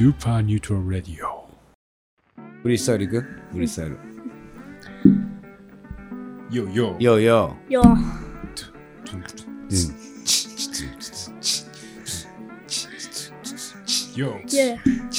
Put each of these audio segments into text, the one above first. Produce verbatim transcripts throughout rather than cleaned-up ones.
ーパーニュートラルラディオ。 フリースタイルいく？フリースタイル。 ヨーヨー。 ヨーヨよー。 ヨー。 イェ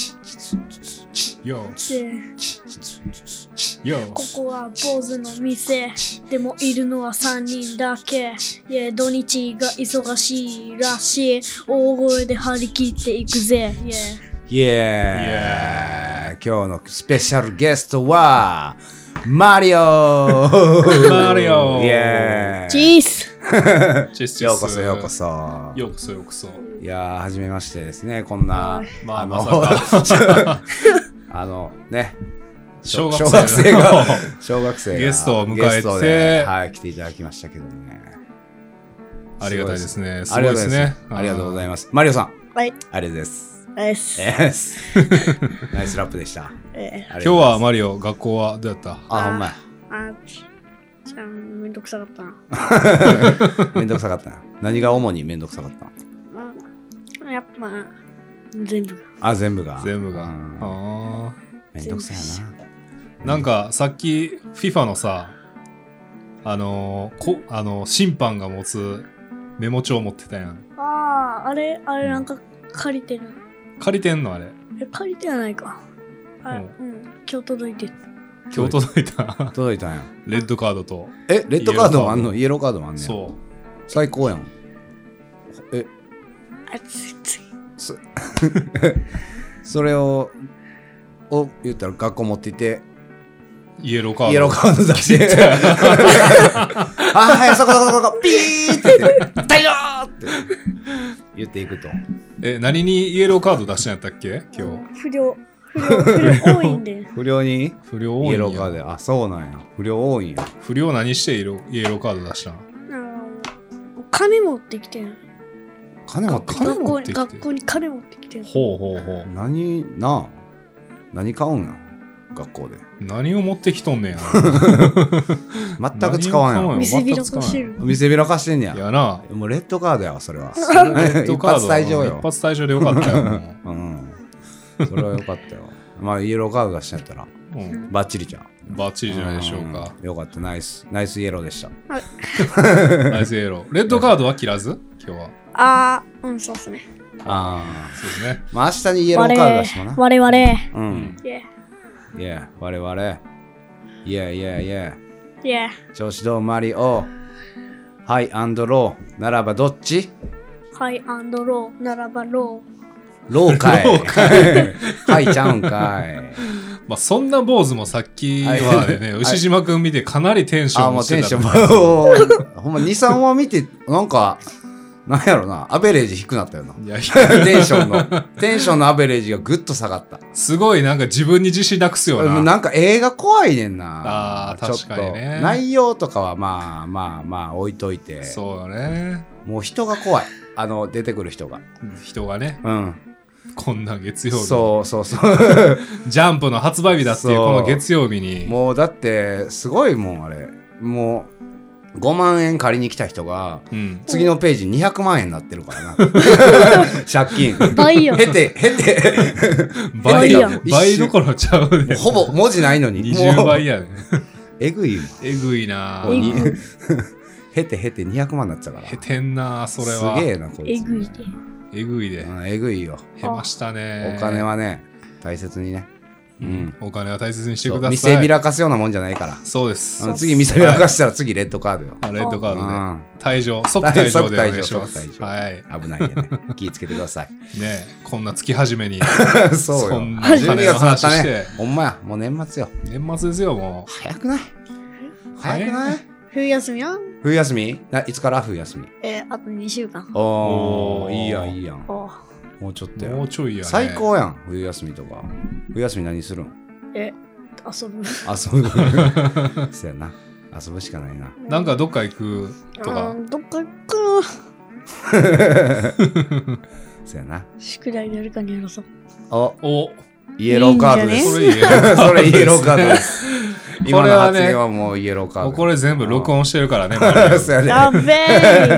ヨー。 ーヨー。 ここは坊主の店でもいるのはさんにんだけ。イェー土日が忙しいらしい。大声で張り切っていくぜ。イェーイエーイ。今日のスペシャルゲストはマリオマリオイエーイ。 チースチェスチェスようこそようこそ。 ようこそようこそ。 いやー、はじめましてですね。こんな、 まああの、 まさかあのね、 小小学生の学生が、小学生がゲストを迎えてゲストではい、来ていただきましたけどね。 ありがたいですね。すありがとうございごいですねます。。ありがとうございます。マリオさん、 はいありがとうございます。 です。 エスナイスラップでした。 え今日はマリオ、学校はどうやった？ あ、ほんまや。 ー、あじゃあめんどくさかったな。 めんどくさかったな。何が主にめんどくさかったの？ あやっぱ全部が。 あ、全部が。 全部が。 うんあめんどくさいーなんかさっき FIFA のさ、あのーこあの審判が持つメモ帳持ってたやん。 ああ、あれ、あれなんか借りてる。 借りてんのあれ。 え、借りてはないか。あ、 ううんん、今日届いてる。 今日届いたな。届いたんや。 レッドカードと。 え、レッドカードもあんの？イエローカードもあんねん。 そう。 最高やん。え、 あ、ついつい。 そそれを、を言ったら学校持っていて、 イエローカード。 イエローカード出して、あ、はい、そこそこそこ、ピーって言って、大丈夫って言っていくと。 え、何にイエローカード出したんやったっけ今日。 不良、不良、不良多いんで。 不良に不良多いんや。 イエローカードで、あ、そうなんや。不良多いんや。 不良何してイエローイエローカード出したん？ あの金持ってきてん。 金持ってきた。 学校に、 持ってきて学校に金持ってきてん。 ほうほうほう。 何なあ何買うんや学校で。 何を持ってきとんねんや。 全く使わんやん。 何を買うんや見せびらかしてる。 見せびらかしてんねや。 やな。 もうレッドカードやわ、それは。 レッドカード一発退場よ一発退場でよかったよ。もうん。それはよかったよ。まあ、イエローカード出しちゃったら、 ううん、 バッチリじゃん。 バッチリじゃないでしょうか。 うん。よかった、ナイス。ナイスイエローでした。 ナイスイエロー。レッドカードは切らず今日は。 ああ、うん、そうっすね。 あそうですね。 あ。まあ、明日にイエローカード出してもな。 我々。 うん。 イェいや、我々。いやいやいや。 イェ調子どうマリオ。ハイアンドロー。ならばどっち？ ハイアンドロー、ならばロローかい。 ローハイちゃうんかい。 まあそんな坊主もさっきはね、 はい牛島くん見てかなりテンショあ、 ンもうテンションしてた。 も。ほんま、に、さんわ見て、なんか、なんやろな、アベレージ低くなったよな。 いや、 テンションの、テンションのアベレージがぐっと下がった。 すごいなんか自分に自信なくすよな。 なんか映画怖いねんな。 あー確かにねちょっと内容とかはまあまあまあ置いといて。 そうよね。 もう人が怖い。あの、出てくる人が。 人がね、 うん。 こんな月曜日。 そうそうそう。 ジャンプの発売日だっていうそうこの月曜日に。 もうだって、すごいもん、あれ。もう、ごまんえん借りに来た人が、 うん。 次のページにひゃくまんえんになってるからな。借金。 ー。倍よ。 へて、へて。 倍やん倍どころちゃうね。 ほぼ文字ないのに。 にじゅうばいやね。 えぐいよ。 えぐいなえぐいぁ。 へてへてにひゃくまんになっちゃうから。 へてんなぁ、それは。 すげえな、こいつ。 えぐいで。 えぐいで。 うんえぐいよ。 へましたね。 お金はね、大切にね。うん。 お金は大切にしてそうください。 見せびらかすようなもんじゃないから。 そうです。 あの次見せびらかしたら次レッドカードよ。 あレッドカードで。 うん退場、即退場でお願いし即ます。 退場はい。 危ないんでね。気ぃつけてください。 ねこんな月始めに。 そうよ。 そんな 12 金の月になった話してね。ほんまや。もう年末よ。 年末ですよ、も早くない早くない冬休みは冬休みないつから冬休みえー、あとにしゅうかん。 おー、 おーいいやん、いいやん。 おもうちょっう。 とや。 もうちょいやね。 最高やん、冬休みとか。冬休み何するんえ、遊ぶ。 遊ぶ。そうやな。遊ぶしかないな。 なんかどっか行くとかあ。ーどっか行くな。 そうやな。 宿題誰かにやらそう。 お、 おイエローカードです。 それイエローカードですねそれイエローカードです。今のこれはね発言はもうイエローカード。 もうこれ全部録音してるからね。 そうやね。 やべえ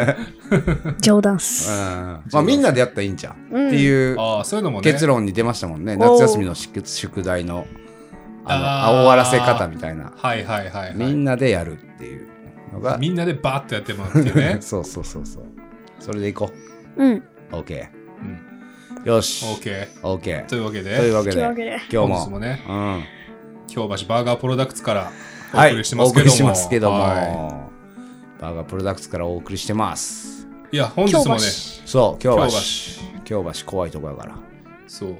冗談っす。 まあみんなでやったらいいんじゃん、 うん、 っていうああそういうのもね結論に出ましたもんね。夏休みの宿宿題のあのあ終わらせ方みたいな。 はいはいはい、はい、 みんなでやるっていうのがみんなでバーってやってもらってねそうそうそうそう。それでいこう。うん。 OK、 うん、 よし OK OK というわけでというわけでというわけで今日も本日もね、 うん、 京橋バーガープロダクツからおはい送りしてますけども、 お送りしますけども、 はバーガープロダクツからお送りしてます。 い、いや本日もねそう京橋京京橋怖いとこやから。 そう、 うん、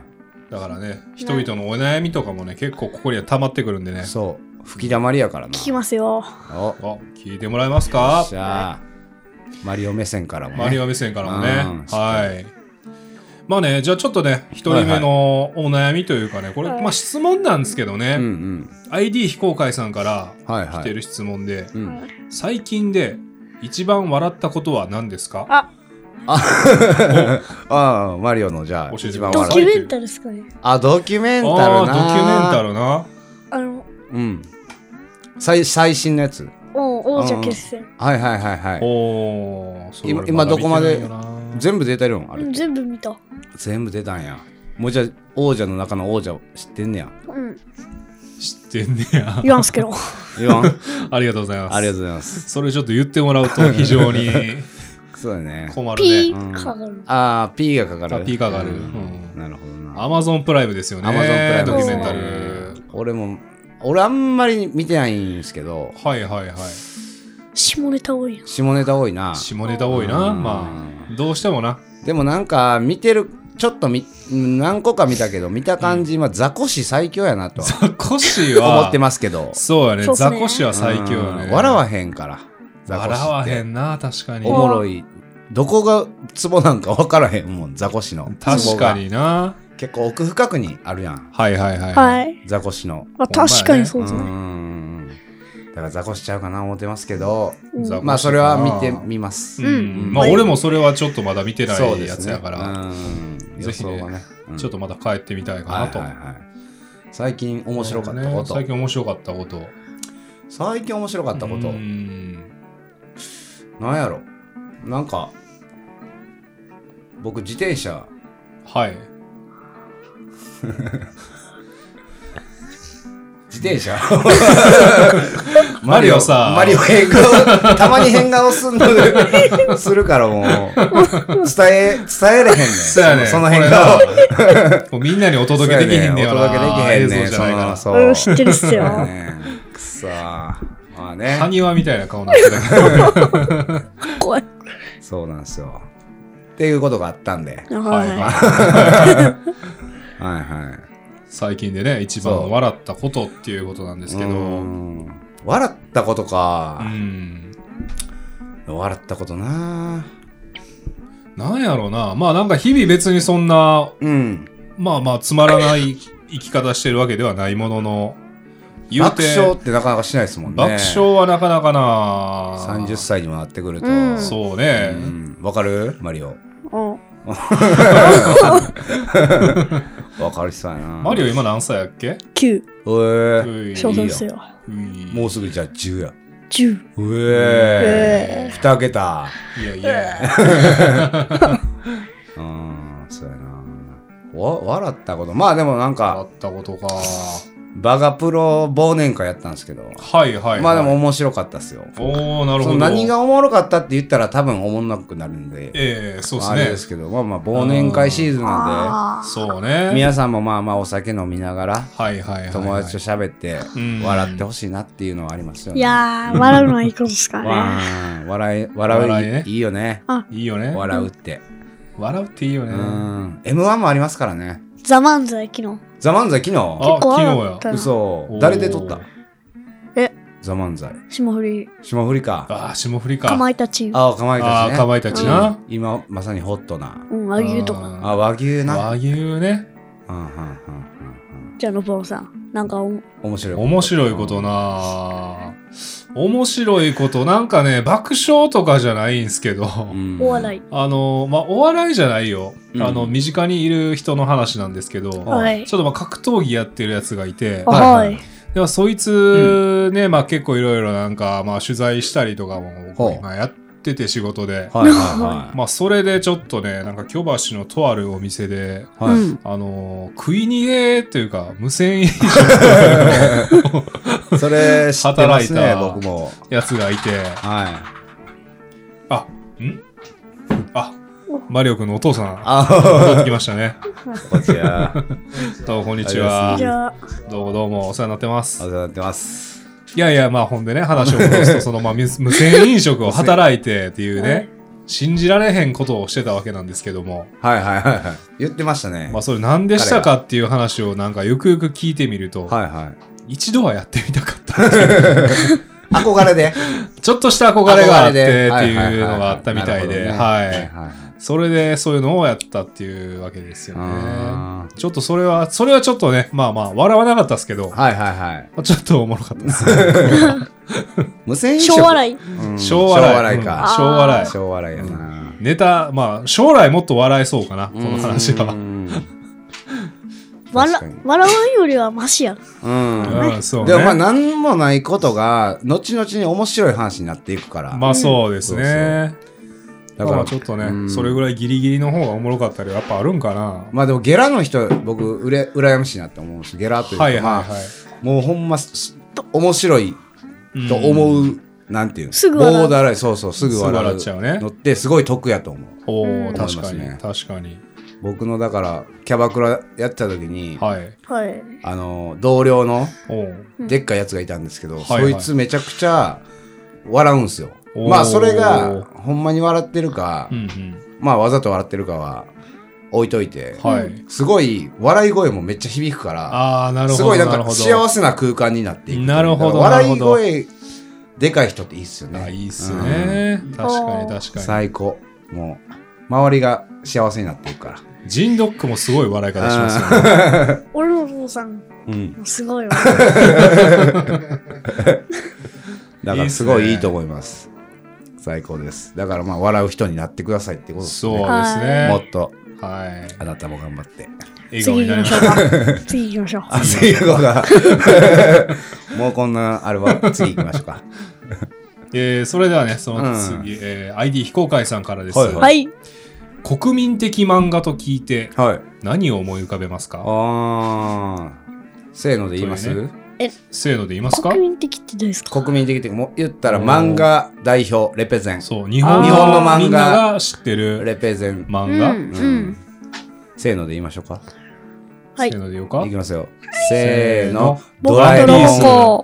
だからね人々のお悩みとかもね結構ここには溜まってくるんでね。 そう吹き溜まりやからな。 聞きますよ。 お聞いてもらえますか。 じゃあマリオ目線からもね。 マリオ目線からもね、 うん、 はいまあねじゃあちょっとね一人目のお悩みというかねこれ、 はい、 まあ質問なんですけどね、 うんうん、 アイディー 非公開さんから来てる質問で、 はいはいうん、 最近で一番笑ったことは何ですか。 あああマリオのじゃあ一番ドキュメンタルですかね。 あドキュメンタルな。 あドキュメンタルな。 あのうん最最新のやつ。 お王者決戦。 はいはいはいはい。 お今今どこまで全部出てるんあれ、 うん、全部見た。 全部出たんや。もうじゃあ王者の中の王者知ってんねや。 うん知ってんねや。 言わんすけど。 言わんありがとうございます。 ありがとうございます。 それちょっと言ってもらうと非常にそうだね。 困るね。 P かかる。 うん、ああ P がかかる。 P かかる、うんうん、なるほどな。 アマゾンプライムですよね。 アマゾンプライムドキュメンタル。 俺も俺あんまり見てないんですけど。 はいはいはい。 下ネタ多いやん。 下ネタ多いな。 下ネタ多いな。まあどうしてもな。 でもなんか見てるちょっとみ何個か見たけど見た感じ、うん、まあザコシ最強やなとザコシは思ってますけど。 そうやね。 そうすねザコシは最強やね。 笑わへんから笑わへんな。確かにおもろい。どこがツボなんか分からへんもんザコシの。 確かにな。 結構奥深くにあるやん。 はいはいはい、 はい、 ザコシの。 まあ、確かにそうですね。 うんだからザコシちゃうかな思ってますけど、 うん、 まあそれは見てみます。 うんうん、まあ俺もそれはちょっとまだ見てないやつやから、 ね、うんぜひね、 ねうん、ちょっとまだ帰ってみたいかなと。 はいはいはい、最近面白かったこと、ね、 最近面白かったこと。 最近面白かったこと。うん、なんやろ。なんか僕自転車。 はい。 自転車マリオさマリオ変顔たまに変顔すんのでするからもう伝え伝えれへんねん。 そうやねん。 その変顔もうみんなにお届けできへんねんよな。 お届けできへんねん。 映像じゃないから。 そう知ってるっすよ。 くそー。まあね。 埴輪みたいな顔になってたけど。 怖い。 そうなんですよ。っていうことがあったんで。 はいはいはい。 最近でね一番笑ったことっていうことなんですけど。 笑ったことか。 うん。 笑ったことな。 なんやろうな。まあなんか日々別にそんな、うん、まあまあつまらない生き方してるわけではないものの。 言うて爆笑ってなかなかしないですもんね。 爆笑はなかなかな。 さんじゅっさいにもなってくると。 うん、 そうね。 わ、うん、かるマリオ。わかる人やな。 マリオ今何歳やっけ？ きゅう。 ええ。そうですよ。 もうすぐじゃあじゅうや。 じゅう。 うえー。二桁。 いやいや。 うん、そうやな。わ、笑ったこと。まあでもなんか。 笑ったことか。 バガプロ忘年会やったんですけど。 はいはい、はい。 まあでも面白かったっすよ。 おー、なるほど。 何がおもろかったって言ったら多分おもんなくなるんで。 ええー、そうですね。 あれですけど、まあまあ忘年会シーズンなんで。 そうね。 皆さんもまあまあお酒飲みながら。 はいはいはい、はい。 友達と喋って笑ってほしいなっていうのはありますよね。 いやー、笑うのはいいことですかね。 笑い、笑う、笑いね、いいよね。 あ、いいよね。 笑うって。 笑うっていいよね。うん。 エムワン もありますからね。 ザ漫才昨日。 ザ漫才昨日。 あ、昨日や。 嘘。誰で撮った？ え？ ザ漫才。 霜降り。 霜降りか。 あ、霜降りか。 かまいたち。 あ、かまいたちね。 あ、かまいたちな。 今まさにホットな。 うん、和牛とか。 あ、和牛な。 和牛ね。 うんうんうんうん。 じゃあのぼろさん、なんかお面白い。 面白いことな。面白いことなんかね爆笑とかじゃないんすけど、うん、 お笑いあのまあお笑いじゃないよ、うん、あの身近にいる人の話なんですけど、はい、ちょっとまあ格闘技やってるやつがいて、 はい、 ではそいつね、うん、まあ結構いろいろなんかまあ取材したりとかも今やってってて仕事で、 はいはいはまあそれでちょっとねなんか京橋のとあるお店で、 い。はい。 うんあのー食い逃げっていうか無銭飲食のそれ知ってますね、 働いた僕も。 やつがいて、 はい。 あんあマリオくんのお父さんあ戻ってきましたね。 こちら。 どうもこんにちはじ。ゃあ、 どうもどうもお世話になってまおす。 世話になってます。 いやいやまあほんでね話を戻すとそのまあ無無銭飲食を働いてっていうはいね信じられへんことをしてたわけなんですけども、 はいはいはいはい。言ってましたね。 まあそれ何でしたかっていう話をなんかゆくゆく聞いてみると、 はいはい。 一度はやってみたかったっていう憧れで。 ちょっとした憧れがあってって憧れでいうのがあったみたいで、 なるほどねはい。 はいはい。 それでそういうのをやったっていうわけですよね。 あちょっとそれは、それはちょっとね、まあまあ、笑わなかったですけど、 ーはいはいはい。 まあちょっとおもろかったです。 無線飲食小笑い。 うん小笑い。 小笑いか。 うん小笑い。 小笑いやな。 ネタ、まあ、将来もっと笑えそうかな、この話は。 うんうん笑確かに笑わんよりはマシや。 うん。 うん、そうね。 でもまあ何もないことが後々に面白い話になっていくから。 まあそうですね。 だからまあちょっとね、 うんそれぐらいギリギリの方がおもろかったりやっぱあるんかな。 まあでもゲラの人僕うれ羨ましいなって思うんです。ゲラというか、 はいはいまあはい。 もうほんます面白いと思う、なんていうのすぐ笑うボーダーラインそうそうすぐすぐ笑う笑っちゃうねのってすごい得やと思う。 おうんお、確かに、 思いますね確かに。 僕のだからキャバクラやってた時に、 はい。 はい。 あの同僚のおううんでっかいやつがいたんですけど、 はいそいつめちゃくちゃ笑うんすよ。 おーまあそれがほんまに笑ってるか、 うんうん。 まあわざと笑ってるかは置いといて、 はい。 すごい笑い声もめっちゃ響くから、 ああ、なるほど。 すごいなんかなるほど幸せな空間になっていく。 なるほどだから笑いなる声でかい人っていいっすよね。 あいいっすね。確かに確かに。 最高。もう周りが幸せになっていくから。 ジンドックもすごい笑い方しますよね。 俺のお父さん、 うん。 すごいわ。 だからすごいいいと思います。最高です。だからまあ笑う人になってくださいってことですそうね。 ですね。 もっとはい。 あなたも頑張って。 笑顔次行になりましょう。 きましょうか。次行きましょう。 あ、次行こうか。もうこんなあれは次行きましょうか。 えー、それではね、その次、 うんえー、アイディー 非公開さんからです、 はいははい。 国民的漫画と聞いてはい。 何を思い浮かべますか？ あー。せーので言います、 そういうせーので言いますか？ 国民的ってどうですか？ 国民的ってもう言ったら漫画代表レペゼン。 そう、日本あー日本の漫画みんなが知ってるレペゼン。 漫画、 うん。うん。 せーので言いましょうか。 はいせーので言おうかいきますよ。せーの。 ボドラえクトロもん。 ボコ。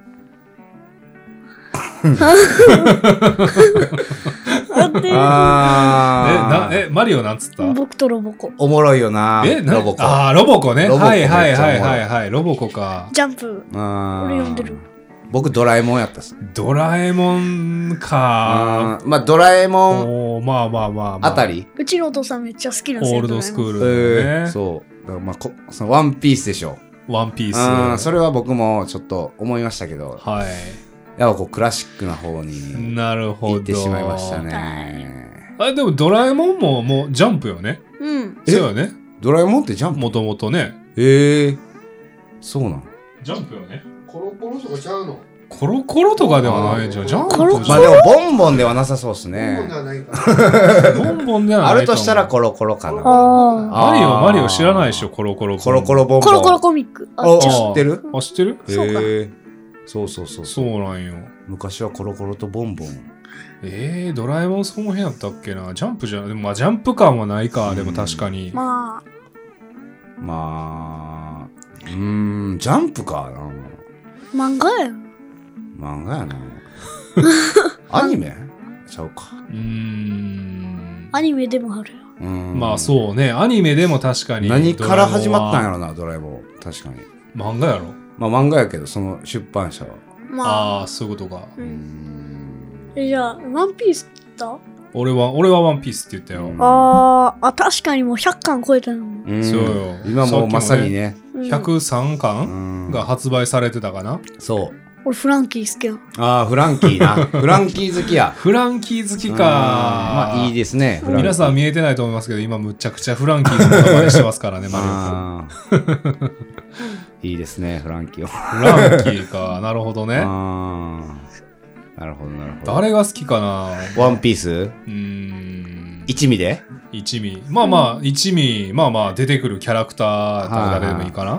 待って。 え、 あー。 な、え、マリオなんつった？ ボクトロボコ。 おもろいよな。 え、なロボコ。 あー、ロボコね。 ロボコはいはいはいめっちゃおもろはいいはい。ロボコか。 ジャンプ。 あー俺読んでる。 僕ドラえもんやったっす。 ドラえもんか。 あーまあドラえもんおーまあまあまあまあ。 あたり。 うちのお父さんめっちゃ好きなんですよ。 オールドスクール。 ルだよね。 えーそう。だからまあこそのワンピースでしょ。 ワンピース。 あーそれは僕もちょっと思いましたけど、 はい。 やっぱこうクラシックな方になるほど。 行ってしまいましたね。 あ、でもドラえもんももうジャンプよね。 うん。 えそうよね。 ドラえもんってジャンプもともとね。 ええー、そうなの。 ジャンプよね。 コロコロとかちゃうの？ コロコロとかではないじゃん。ジャンプコロコロまあでもボンボンではなさそうっすそうねで。はないか。 ボンボンではあないるとしたらココロコロかな。 ああマリオ、 あーマリオ知らないでしょ、コロコロ。 コロコロボンボン。 コロコロコミック。あおじゃ知ってるあ、知ってる？ そうかへえそうそうそうそうなんよ。 昔はコロコロとボンボン。 えー、ドラえもんその辺やったっけな。ジャンプじゃ、でもまあジャンプ感はないか、でも確かに。 まあ、 まあ、うーん、ジャンプかな。 漫画やん。 漫画やな。アニメちゃうか。 うーん。 アニメでもあるよ。 うーんまあそうね、アニメでも確かに。 何から始まったんやろ。 ろな、ドラえもん。確かに。 漫画やろ。 まあ漫画やけど、その出版社は。 まあ、 ああー、そういうことか。 う。 うんん。 え、じゃあ、ワンピースって言っ俺は、俺はワンピースって言ったよ。 うんたあーあ、確かにもうひゃっかん超えたの。 うんそうよ今もうまさにね。 うんひゃくさんかうんんが発売されてたかな。 そう。 俺フランキー好きやん。 ああ、フランキーな。フランキー好きや。 フランキー好きか。 まあいいですね。フランキー皆さん見えてないと思いますけど、今むちゃくちゃフランキーの名前してますからね、マあーいいですね、フランキーを。 リオ。フランキーか。なるほどね。 あなるほどなるほど。 誰が好きかな。 ワンピースうーん。 一味で一味。まあまあ、一味、まあまあ、出てくるキャラクターだったら誰でもいいかな。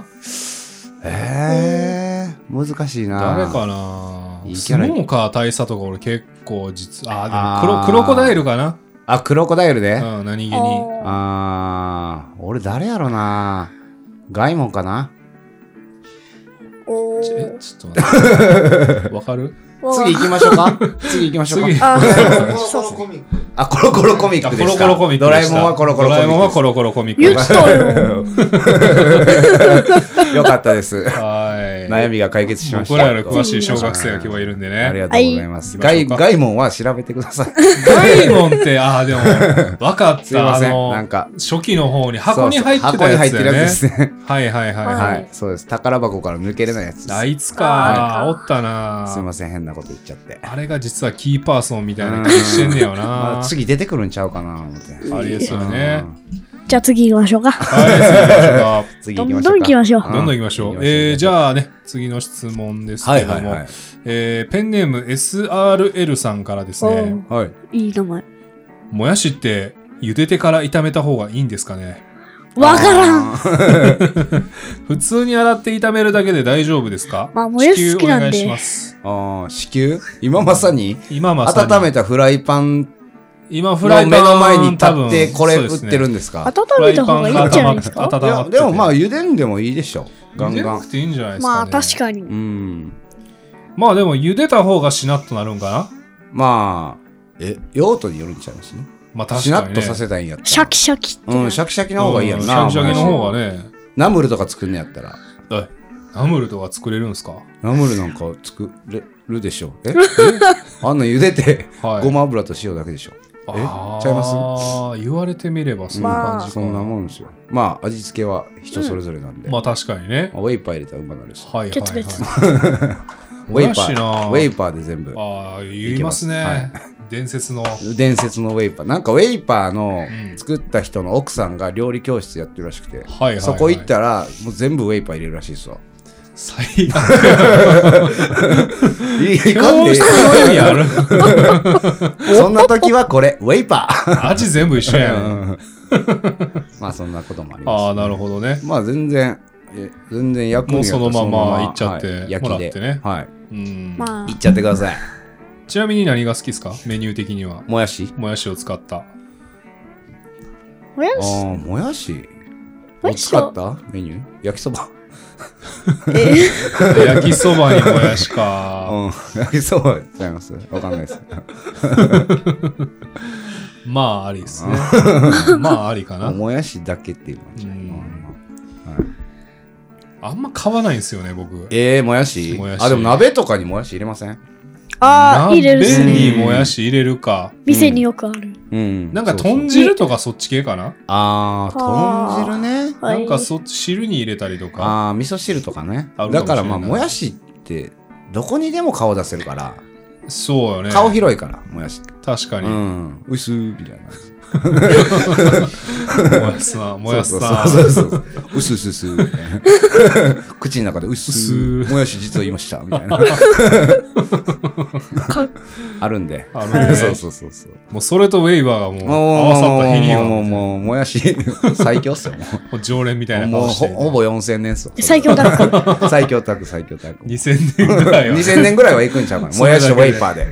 えー、難しいな。 誰かないいキャラスモーカー大佐とか俺結構実、ああーー、でもクロ、クロコダイルかな。 あ、クロコダイルで、 うん、何気に。 あー、俺誰やろな。ガイモンかな。 おえ、 ー。 ちょっと待って。わかる？ 次行きましょうか。次行きましょうか。 次。 あ、 コロコロコミック。 あ、コロコロコミックでした。 コロコロコミックドラでした。 えもんはコロコロコミックです。 ドラえもんはコロコロコミック言っでした。 たよ。 よかったです。 はい。 悩みが解決しました。 僕らより詳しい小学生が今日はいるんでね。 ありがとうございます。ガイ、 はい行きましょうかガイモンは調べてください。 ガイモンって、ああ、でも、わかった。 すいませんあのなんか初期の方に箱に入ってそうそうたやつだよね。 箱に入ってるやつですね。 はいはいはい。 はいはい、そうです。宝箱から抜けれないやつです。 あいつあか、 ーおったな。 すいません、変なこと言っちゃって。 あれが実はキーパーソンみたいな気してんねよまなあ、。次出てくるんちゃうかな、思って。 あれですよね。 じゃあ次行きましょうか。 はい、 次どんどん行きましょう。 どんどん行きましょう。えー、じゃあね、次の質問ですけども、えー、ペンネーム エスアールエル さんからですね、 あ。はい。 いい名前。 もやしって茹でてから炒めた方がいいんですかね？ わからん。 ん。 普通に洗って炒めるだけで大丈夫ですか？ まあもやし好きなんで地球お願いします。 ああ、子宮今まさに今まさに温めたフライパン今フライパンの目の前に立多分ってこれ売っそうですねてるんですか？ 温めた方がいいんじゃないですか。 フライパンが温まってていや、でもまあ茹でんでもいいでしょ。ガン茹でガン。 なくていいんじゃないですかね。 まあ確かに。 うん。 まあでも茹でた方がしなっとなるんかな。 まあ、え、用途によるんちゃいますね。 まあ確しなかにね。 っとさせたいんやったら。 シャキシャキって。 うん、シャキシャキの方がいいやんな。 うんシャキシャキの方がね。 ナムルとか作んねやったら。 えナムルとか作れるんですか？ ナムルなんか作れるでしょ。えあんな茹でて、 はいごま油と塩だけでしょ。えあーちゃいます言われてみればそんな感じか。 そんなもんですよ。まあ、味付けは人それぞれなんで。 まあ確かにね。 まあウェイパー入れたらうまくなるし。 はいはいケツベツはい。 ウェイパもやしなー、ウェイパーで全部。 ああ、言いますいねけ。 伝説の。 伝説のウェイパー。なんかウェイパーのうん作った人の奥さんが料理教室やってるらしくて、 はいはいはいそこ行ったらもう全部ウェイパー入れるらしいですわ。 最悪。 いいかんで教室の意味あるそんな時はこれ、ウェイパー。 味全部一緒やん。 うんまあそんなこともあります、 ああ、なるほどね。 まあ全然、え全然焼くんやったらもうそのままそいっちゃってはい焼きでもらってねはい。 うん。 まあいっちゃってください。 ちなみに何が好きですか？メニュー的には。 もやしもやしを使った。 もやあし。 あ、もやしもをやしを使ったメニュー焼きそば。 え焼きそばにもやしか。 うん。焼きそばちゃいますわかんないです。 まあ、ありですね。まあ、ありかな。 もやしだけっていう感じ。 うんうんはいあんま買わないんですよね、僕。 えー、もやしもやしあ、でも鍋とかにもやし入れません？ ああ、入れるっす鍋ね。 にもやし入れるか。 店によくある。 うん。 なんかそうそう豚汁とかそっち系かな。 あー、豚汁ね。 はいなんかそっち汁に入れたりとか。 あー、味噌汁とかね。 あるかもしれないだからまあ、もやしって、どこにでも顔出せるから、 そうよね。 顔広いから、もやしって。 確かに。もうん。ういすーみたいな。 やすな、もやすな。 そうそうそうそう。うすうすうす。口の中でうっすうっすー。もやし実は言いました。みたいな。あるんで。 あるねそうそうそうそう。 もうそれとウェイバーがもうもう、 合わさった日にもう、もう、 はもう、もやし、最強っすよ。ももう常連みたいうなもう顔して。 ほほぼよんせんねんっすよ。 最強だった。 最強タク、最強タク。 にせんねんぐらいは。 にせんねんぐらいは行くんちゃうかな。もやしとウェイパーで。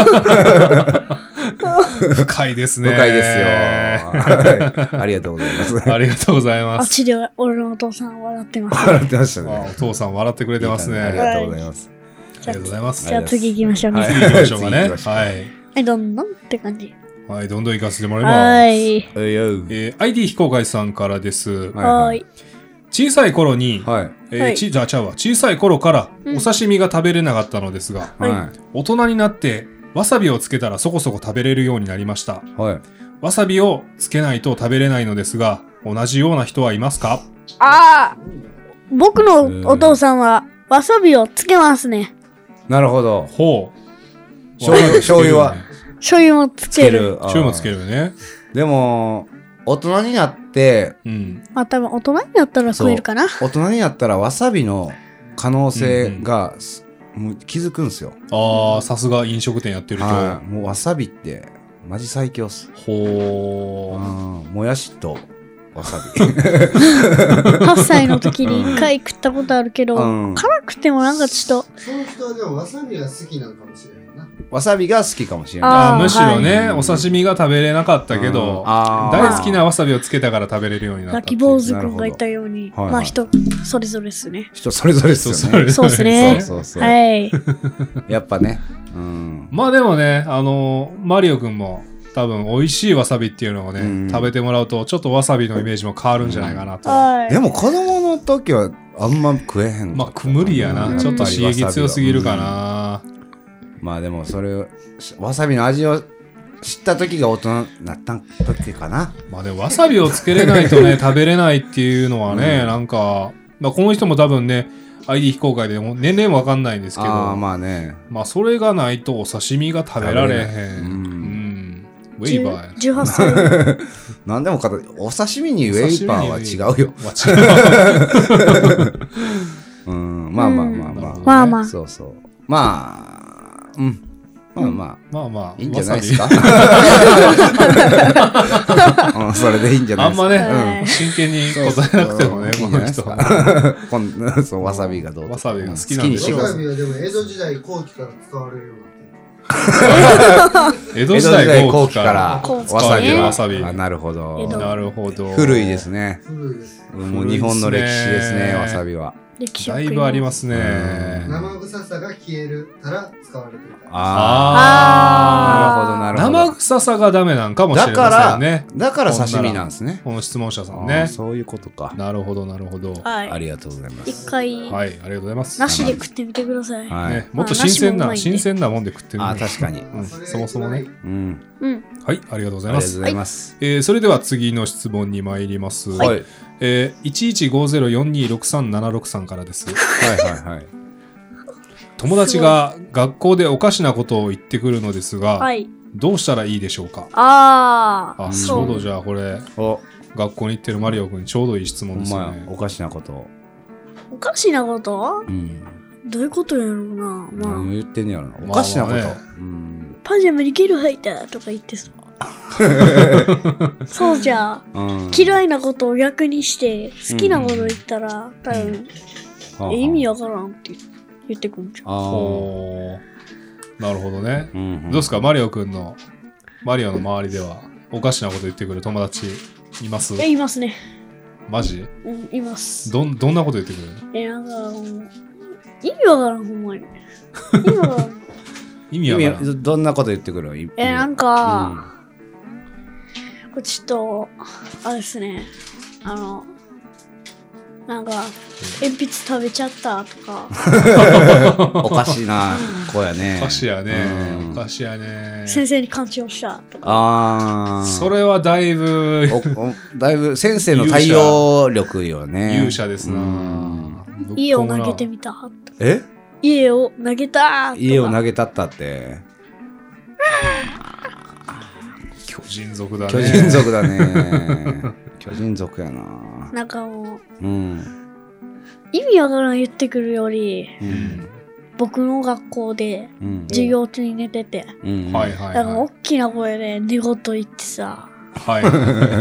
深いですね。 深いですよ。はいありがとうございます。 ありがとうございます。 あっちで俺のお父さん笑ってます。 笑ってましたあね。 お父さん笑ってくれてますね。 ありがとうございます。 ありがとうございます。 じゃあ次行きましょう。 はいは次行きましょうかね。 次行きましょうはい。 い、どんどんって感じ。 はい、どんどん行かせてもらいはます。 ーい。 おいよいえー、アイディー 非公開さんからです。 はーい。 小さい頃に、 はい。 えーはいちじゃあちゃうわ小さい頃からうんお刺身が食べれなかったのですが、 はいは大人になってわさびをつけたらそこそこ食べれるようになりました。 い。はい。 わさびをつけないと食べれないのですが、同じような人はいますか？ ああ僕のお父さんはわさびをつけますね。 なるほど。 ほう。 醤油醤油は醤油もつつける。。 醤油もつけるよね。 でも、大人になって、 うん。 まあ多分大人になったら食えるかな。 大人になったらわさびの可能性が、 もう気づくんすよ。 ああ、さすが飲食店やってると。 はい。もうわさびってマジ最強っす。 ほうん。もやしとわさび。 はっさいの時に一回食ったことあるけど、 うん、 辛くてもなんかちょっと。 その人はでもわさびが好きなのかもしれないな。 わさびが好きかもしれない。 あむしろね、 はい、 お刺身が食べれなかったけど、うん、大好きなわさびをつけたから食べれるようになった。 ラキボーズ君が言ったように、 はいはい、 まあ人それぞれですね。 人それぞれですよね。 そうですね。 そうそうそう。 はい。 やっぱね。うん、 まあでもね、あのマリオ君も多分美味しいわさびっていうのをね、うん、食べてもらうとちょっとわさびのイメージも変わるんじゃないかなと。 うん、 でも子供の時はあんま食えへん。 まあ無理やな、うん、ちょっと刺激強すぎるかな。 うん、まあでもそれをわさびの味を知った時が大人になった時かな。 まあでもわさびをつけれないとね食べれないっていうのはね、うん、なんか、まあ、この人も多分ね アイディー 非公開でも年齢も分かんないんですけど、 あまあね、 まあそれがないとお刺身が食べられへん。うん、ウェイバーやじゅうはっさいなんでもかたお刺身にウェイパーは違うよ。うん、まあまあまあまあ、 まあまあ、 そうそう、まあうんまあまあ、 まあまあいいんじゃないですか。うん、それでいいんじゃないですか。 あんまね、うん、真剣に答えなくてもね、この人。 そうわさびがどうとか。 わさびが好きなんでしょ。 わさびはでも江戸時代後期から使われるようになってる。 江戸時代後期からわさびわさび。 なるほど。 なるほど。 古いですね。 古いです。 もう日本の歴史ですね、わさびは。 だいぶありますね。 生臭さが消えるから使われてる。 ああ、なるほどなるほど。 生臭さがダメなんかもしれませんね。 だから刺身なんですね。 この質問者さんね。 そういうことか。 なるほどなるほど。 ありがとうございます。 一回。 はい、ありがとうございます。 なしで食ってみてください。 もっと新鮮な新鮮なもんで食ってみる。 あ、確かに。 そもそもね。 うん。 はい、ありがとうございます。 ありがとうございます。 えそれでは次の質問に参ります。はい。えー、いちいちごゼロよんにーろくさんななろくさんからです。 はいはいはい。 友達が学校でおかしなことを言ってくるのですが、 はい、 どうしたらいいでしょうか。 ああ、 ちょうどじゃあこれ学校に行ってるマリオ君ちょうどいい質問ですね。 おかしなこと。 おかしなこと？ うん。 どういうことやろうな。まあ、 何言ってんねやろな。おかしなこと。 まあまあね、 うん、パジャマにゲル履いたとか言ってそう。そうじゃ、うん、嫌いなことを逆にして好きなこと言ったら、うん、多分、うん、意味わからんって言ってくるんじゃん。 あなるほどね、 うんうん、 どうですかマリオくんのマリオの周りではおかしなこと言ってくる友達います？ えいますね。 マジ？ うんいます。 どどんなこと言ってくる？ えなんか意味わからんほんまに。意味わからん。 意味わからん。 どんなこと言ってくる？ えなんか。うんこれちょっとあれですねあのなんか鉛筆食べちゃったとかおかしな子やね。 おかしやね、うん、おかしやね。 先生に勘違いしたとか。 ああそれはだいぶだいぶ先生の対応力よね。 勇者ですな。 家を投げてみた。 え家を投げた家を投げたったって巨人族だね。 巨人族だね。巨人族やな。 なんかもう、うん、 意味わからん言ってくるより、 うん、 僕の学校で授業中に寝てて、 うん、はいはいはい。 なんか大きな声で寝言言ってさ、 はい。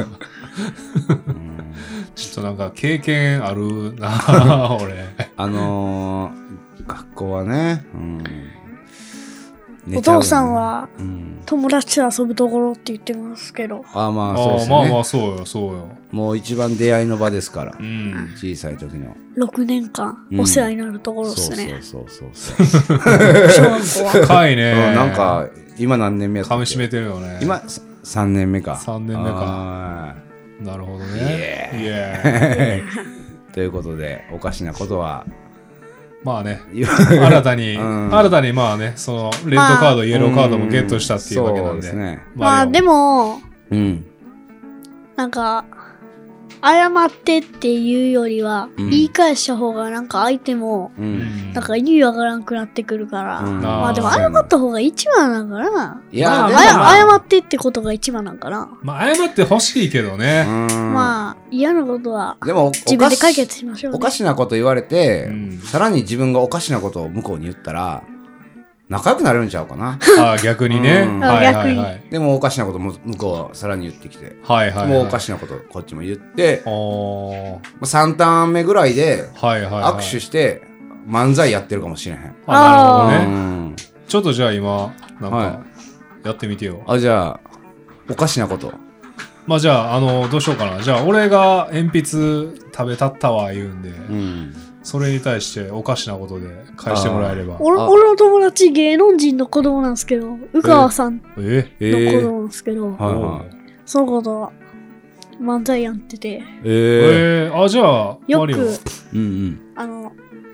ちょっとなんか経験あるな俺。 あのー、学校はね。うんお父さんは、うん、友達と遊ぶところって言ってますけど。 ああまあそうですね。 まあまあそうよそうよ。 もう一番出会いの場ですから。 うん、 小さい時の。 ろくねんかんお世話になるところですね。 うん、そうそうそうそう。 小学校は。 深いね、 うん。なんか今何年目やったっけ？ 噛み締めてるよね。 今さんねんめか。 さんねんめか。なるほどね。 イエーイ。ということでおかしなことは。 まあね、新たに、うん、新たにまあね、そのレッドカード、まあ、イエローカードもゲットしたっていうわけなんで。 そうですね。 まあでも、 うん、 なんか、 謝ってっていうよりは、 うん言い返した方がなんか相手も、 う。 うんんなんか意味わからんくなってくるから。 うんまあでも謝った方が一番なんかな。 いや、 まあであもや謝ってってことが一番なんかな。 まあ謝ってほしいけどね。 うんまあ嫌なことはでも、 自分で解決しましょう、ね。 おかしなこと言われて、 うんさらに自分がおかしなことを向こうに言ったら、仲良くなれるんちゃうかな。 ああ、逆にね。 うんはいはいはい。 でもおかしなことも向こうはさらに言ってきて、 はいはいはい。 もうおかしなことこっちも言って、 おーさんターン目ぐらいではいはいはい。 握手して漫才やってるかもしれへん。 あ、 うなるほどね。 んちょっとじゃあ今、なんはか、やってみてよ。 あ、じゃあ、おかしなこと。 まあじゃあ、あの、どうしようかな。じゃあ、俺が鉛筆食べたったわ言うんで、 うん。 それに対しておかしなことで返してもらえれば。 俺あ俺の友達芸能人の子供なんですけど、宇川さんえの子えー、 供なんですけど、 はいはい。 その子と漫才やってて、 ええー、あ、じゃあ、 よマリオ。 く、 ー、うんうん。 あの、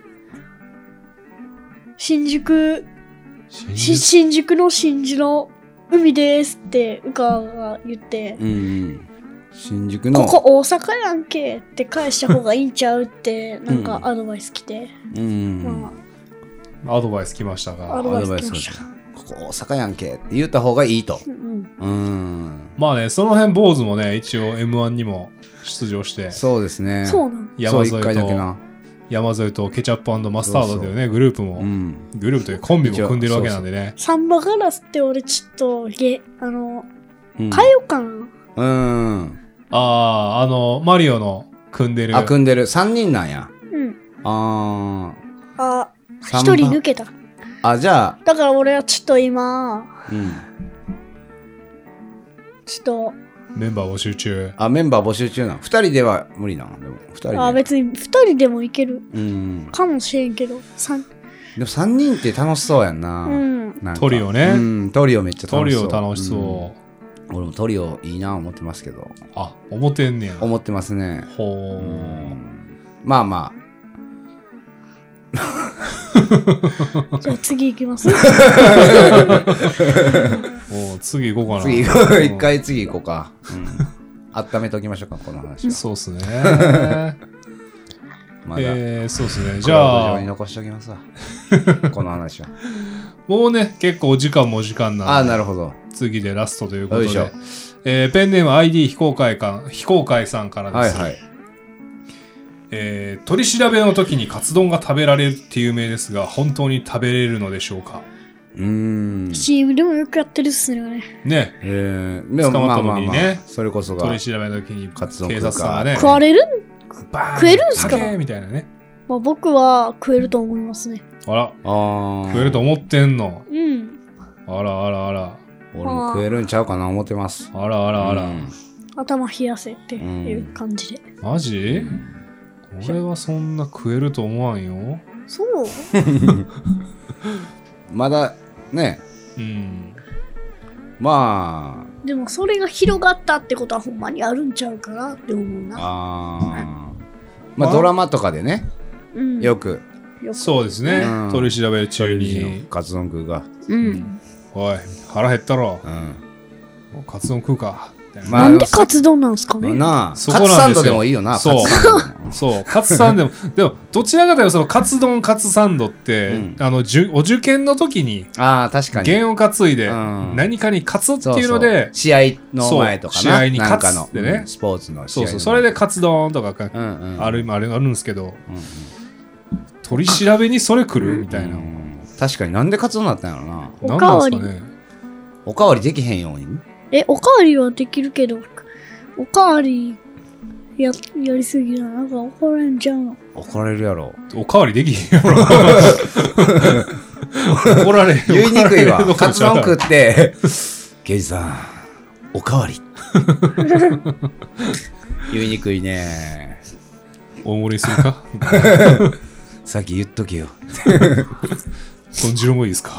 新宿、 新し宿新宿の新宿の海ですって宇川が言って、 うんうん。新宿の。 ここ大阪やんけって返した方がいいんちゃうってなんかアドバイス来て、 うんうん。 まアドバイス来ましたあ、アが。 ドバイスアドバイス来ました。 ここ大阪やんけって言った方がいいと。 うんうーん。 まあね、その辺、坊主もね、一応 エムワン にも出場して、 そうですね。 うん、そうなの。 そう、 山添一回だけと、 な。 山添とケチャップ&マスタードというね、グループも、 うん。 グループというかコンビも組んでるわけなんでね。 サンバガラスって俺ちょっとゲあのうん変えようかな。 うん。 ああ、あの、マリオの組んでる。 あ、組んでる。さんにんなんや。 うん。 ああ、 ー。 一人抜けた。 あ、じゃあ、 だから俺はちょっと今、 うん。 ちょっと、 メンバー募集中。 あ、メンバー募集中な。二人では無理なの。でも、二人で。 あ別に二人でもいけるうん。 かもしれんけど、三、 でもさんにんって楽しそうやんな。 うん。 なんかトリオねうん、トリオめっちゃトリ楽しそう。 オ楽しそう。 うん。俺もトリオいいな思ってますけど。 あ、思ってんねや。 思ってますね。 ほうー。 んまあまじゃあ次行きます。 おう次行こうかあ、 な。 次行こう。 うん一回次行こうか。うん。温めておきましょうか、この話は。 そうっすね。 まだ。 えー、そうっすね。じクラウドゃあ、 上に残しておきますわ。この話は。 もうね、結構時間も時間ああ、 なんで、 なるほど。 次でラストということでよいしょ、 えーペンネーム アイディー 非公開か非公開さんからです。 はいはい。 えー取り調べの時にカツ丼が食べられるって有名ですが、本当に食べれるのでしょうか。 うーん。 シーエム でもよくやってるっすよね。 ね、 えー、でも捕まったまあまあまあ時にねそれこそが取り調べの時にカツ丼警食うか察さんがね、 食われるバーン食えるんすかパケーみたいなね。 まあ僕は食えると思いますね。 あら、 あー食えると思ってんの。 うん。 あらあらあら。 俺も食えるんちゃうかな思ってます。 あらあらあら。 うん頭冷やせっていう感じで。 マジ俺はそんな食えると思わんよ。 そうまだね、 うん。 までもそれが広がったってことはほんまにあるんちゃうかなって思うあ、 な。 あーまあドラマとかでね、 うん。 よくよくそうですね。 うん取り調べ中に、 カツ丼食うが。 うん。 おい、腹減ったろ。 うん。 カツ丼食うか。みたいなまあなんでカツ丼なんすかね。 なあ、 そこなんですよカツサンドでもいいよな。 そうカツサンドでもそう、カツサンドでも、でも、どちらかというと、そのカツ丼、カツサンドって、 うんあの、じゅお受験の時に、 ああ、確かに。 弦を担いで、 うん何かに勝つってそうそういうので、 試合の前とかな。 そう試合に勝つなんかのってねうんスポーツの試合のそうそう、それでカツ丼とかがうんうん、 ある、あるあるんですけど、 うんうん取り調べにそれ来るみたいな。 うん確かになんでカツ丼になったんやろな。 なんおかわりなんですかね。 おかわりできへんように。 え、おかわりはできるけど、おかわりややりすぎな。なんか怒られんちゃうの。 怒られるやろ。 おかわりできへんやろ。怒られる。 言いにくいわ怒られる。 カツ丼食って、刑事さん、おかわり。言いにくいね。 大盛りにするかさっき言っとけよ。 豚汁もいいですか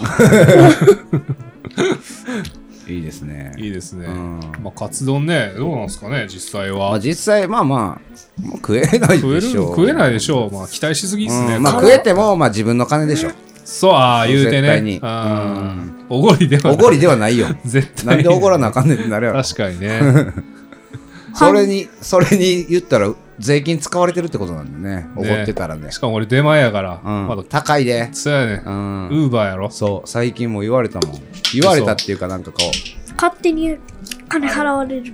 いいですね。 いいですね。 うんまあ、カツ丼ね、どうなんですかね、実際まあ、 は。 実際、まあまあ、もう食えない食えるでしょう。 食えないでしょう。まあ、期待しすぎですね。 うんまあ、食えても、まあ自分の金でしょ。 そう、ああ、言うてね絶対に。 あーおごりではない。 おごりではないよ。 絶対に。 なんでおごらなあかんねんってなるやろ。 確かにね。 それにそれに言ったら税金使われてるってことなんだよね。怒ってたらね。 しかも俺出前やから、 うんまだ高いで。 そうやねうん。 ウーバーやろ。 そう最近も言われたもん。言われたっていうかなんかこう勝手に金払われる。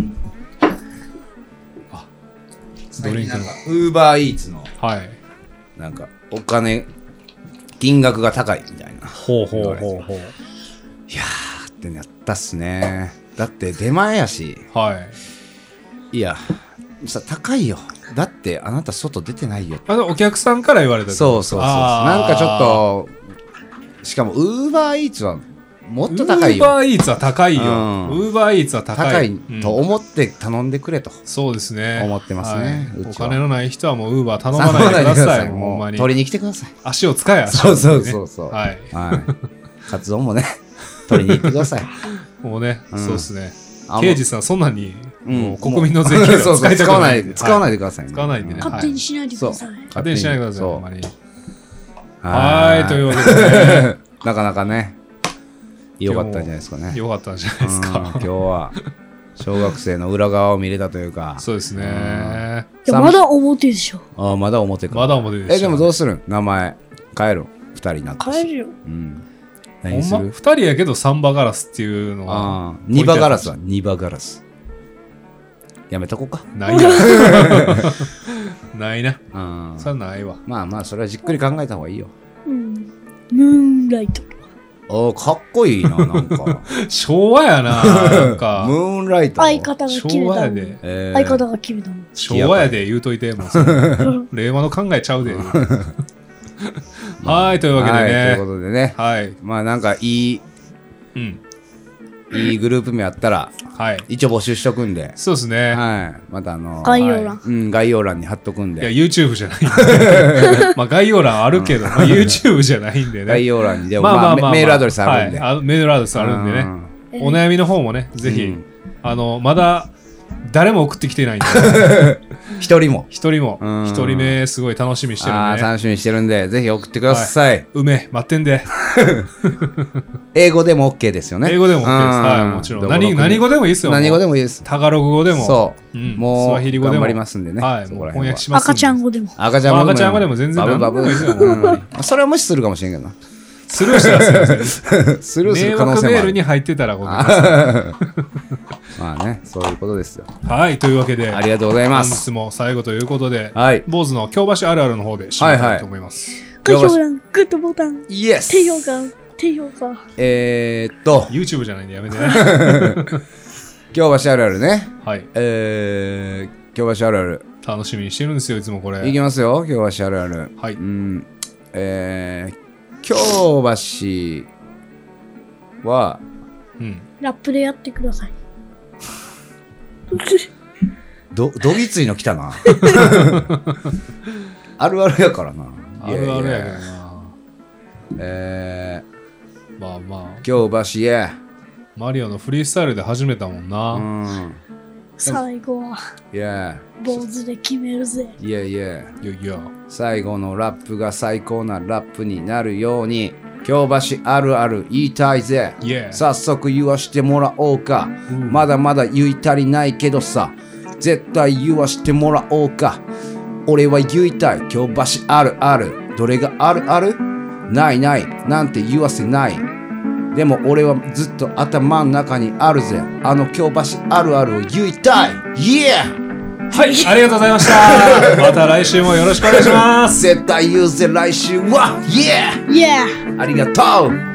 ドリンクのウーバーイーツのはいなんかお金金額が高いみたいな。 ほうほうほうほういやーってなったっすね。だって出前やし。 はいいやさ高いよ。だってあなた外出てないよ。 あのお客さんから言われたってことそうそうそう。なんかちょっとしかもウーバーイーツはもっと高いよ。 ウーバーイーツは高いよ。ウうんーバーイーツは高い。 高いうんと思って頼んでくれと。 そうですね。 思ってますねはいうおちは金のない人はもうウーバー頼まないでください。ほんもまに。 う取りに来てください。 足を使え、足をそう使えね。 そうそうそう。 はい。 はい。カツ丼もね、取りに行ってください。 もうね、 うんそうですね。 あ刑事さん、そんなに、 うんもう国民の税金そうそうを使いたくない。 使わない、使わないでくださいね。 使わないでね。 勝手にしないでください。 勝手にしないでください。 そうほんまに。 ははい、というわけでね。 なかなかね、良かったんじゃないですかね。 よかったんじゃないですうんか。 今日は、小学生の裏側を見れたというか。 そうですね。 いや、まだ表でしょ。 ああ、まだ表か。 まだ表でした。 え、でもどうするん名前。変える二人になったし。 帰るよ。 うん。 ほんま、 何する二人やけどサンバガラスっていうのは。 ああ、ニバガラスはニバガラス。やめとこうか。 ないな。ないな。 うん。 それはないわ。 まあまあ、それはじっくり考えた方がいいよ。 うん。ムーンライト。 おー、かっこいいな、なんか。 昭和やな。なんかム。ーンライト。 相方が決昭めたもん。 和やで。 えー相方が決めたもん。 昭和やで言うといて。もうそれ令和の考えちゃうで。はい、というわけではい、というね。 ことでね。 はい。 まあなんかいい、 うん。 いいグループ名あったら、 はい。 一応募集しとくんで。 そうですね。 はい。またあの、 概要欄。 うん、概要欄に貼っとくんいや、 で。 YouTube じゃないんで。まあ、概要欄あるけど、まあ、YouTube じゃないんでね。 概要欄にでも、 まあまあまあまあまあメールアドレスあるんで。 はいあメールアドレスあるんでね。 うんお悩みの方もね、ぜひ、 うんあの、まだ誰も送ってきてないんで、 一人も。 一人もう、ん一人目すごい楽しみにしてるああ、 んでね。 楽しみにしてるんで、ぜひ送ってください。 梅、待ってんで。 英語でも OK ですよね。 英語でも OK です。はい、 うんもちろん。 どこの国何何語でもいいですよ。 何語でも。 もいいです。 タガログ語でも。 そう。 うんスもう、 ワヒリ語でも。 頑張りますんでね。 はい、もう翻そこら辺は訳しますんで。 赤ちゃん語でも。 赤ちゃん語まあ赤ちゃん語でも全然バブバブ。 何でもいいですようんそれは無視するかもしれんけどな。 スルーしたらすいません。 スルーす迷る可能惑性もある。 メールに入ってたらごめんなさい。 まあね、そういうことですよ。 はい、というわけで、 ありがとうございま本す。 日も最後ということで、 はい。 坊主の京橋あるあるの方で締めたいと思います。 概要欄、グッドボタン、 イエス低評価、低評価。 えーっと、 YouTube じゃないんでやめてね。 京橋あるあるね。 はい。 えー、京橋あるある。 楽しみにしてるんですよ、いつもこれ。 いきますよ、京橋あるある。 はい。 うん。えー、京橋は、 うん。 ラップでやってください。 ど、どぎついの来たな。あるあるやからな。 あるあるやけどいいな。 えまあまー、京橋や。 あ、マリオのフリースタイルで始めたもんうな。 ん。 最後は、 いや、 坊主で決めるぜ。 いやいや。 いやいや。 最後のラップが最高なラップになるように、京橋あるある言いたいぜ。 イエー早速言わしてもらおうか。 うんまだまだ言い足りないけどさ、絶対言わしてもらおうか。俺は言いたい京橋あるある。どれがあるある？ないないなんて言わせない。でも俺はずっと頭の中にあるぜ。あの京橋あるあるを言いたい。イエー！ はい、ありがとうございました。また来週もよろしくお願いします。 絶対言うぜ来週は。イエー！ イエーありがとう。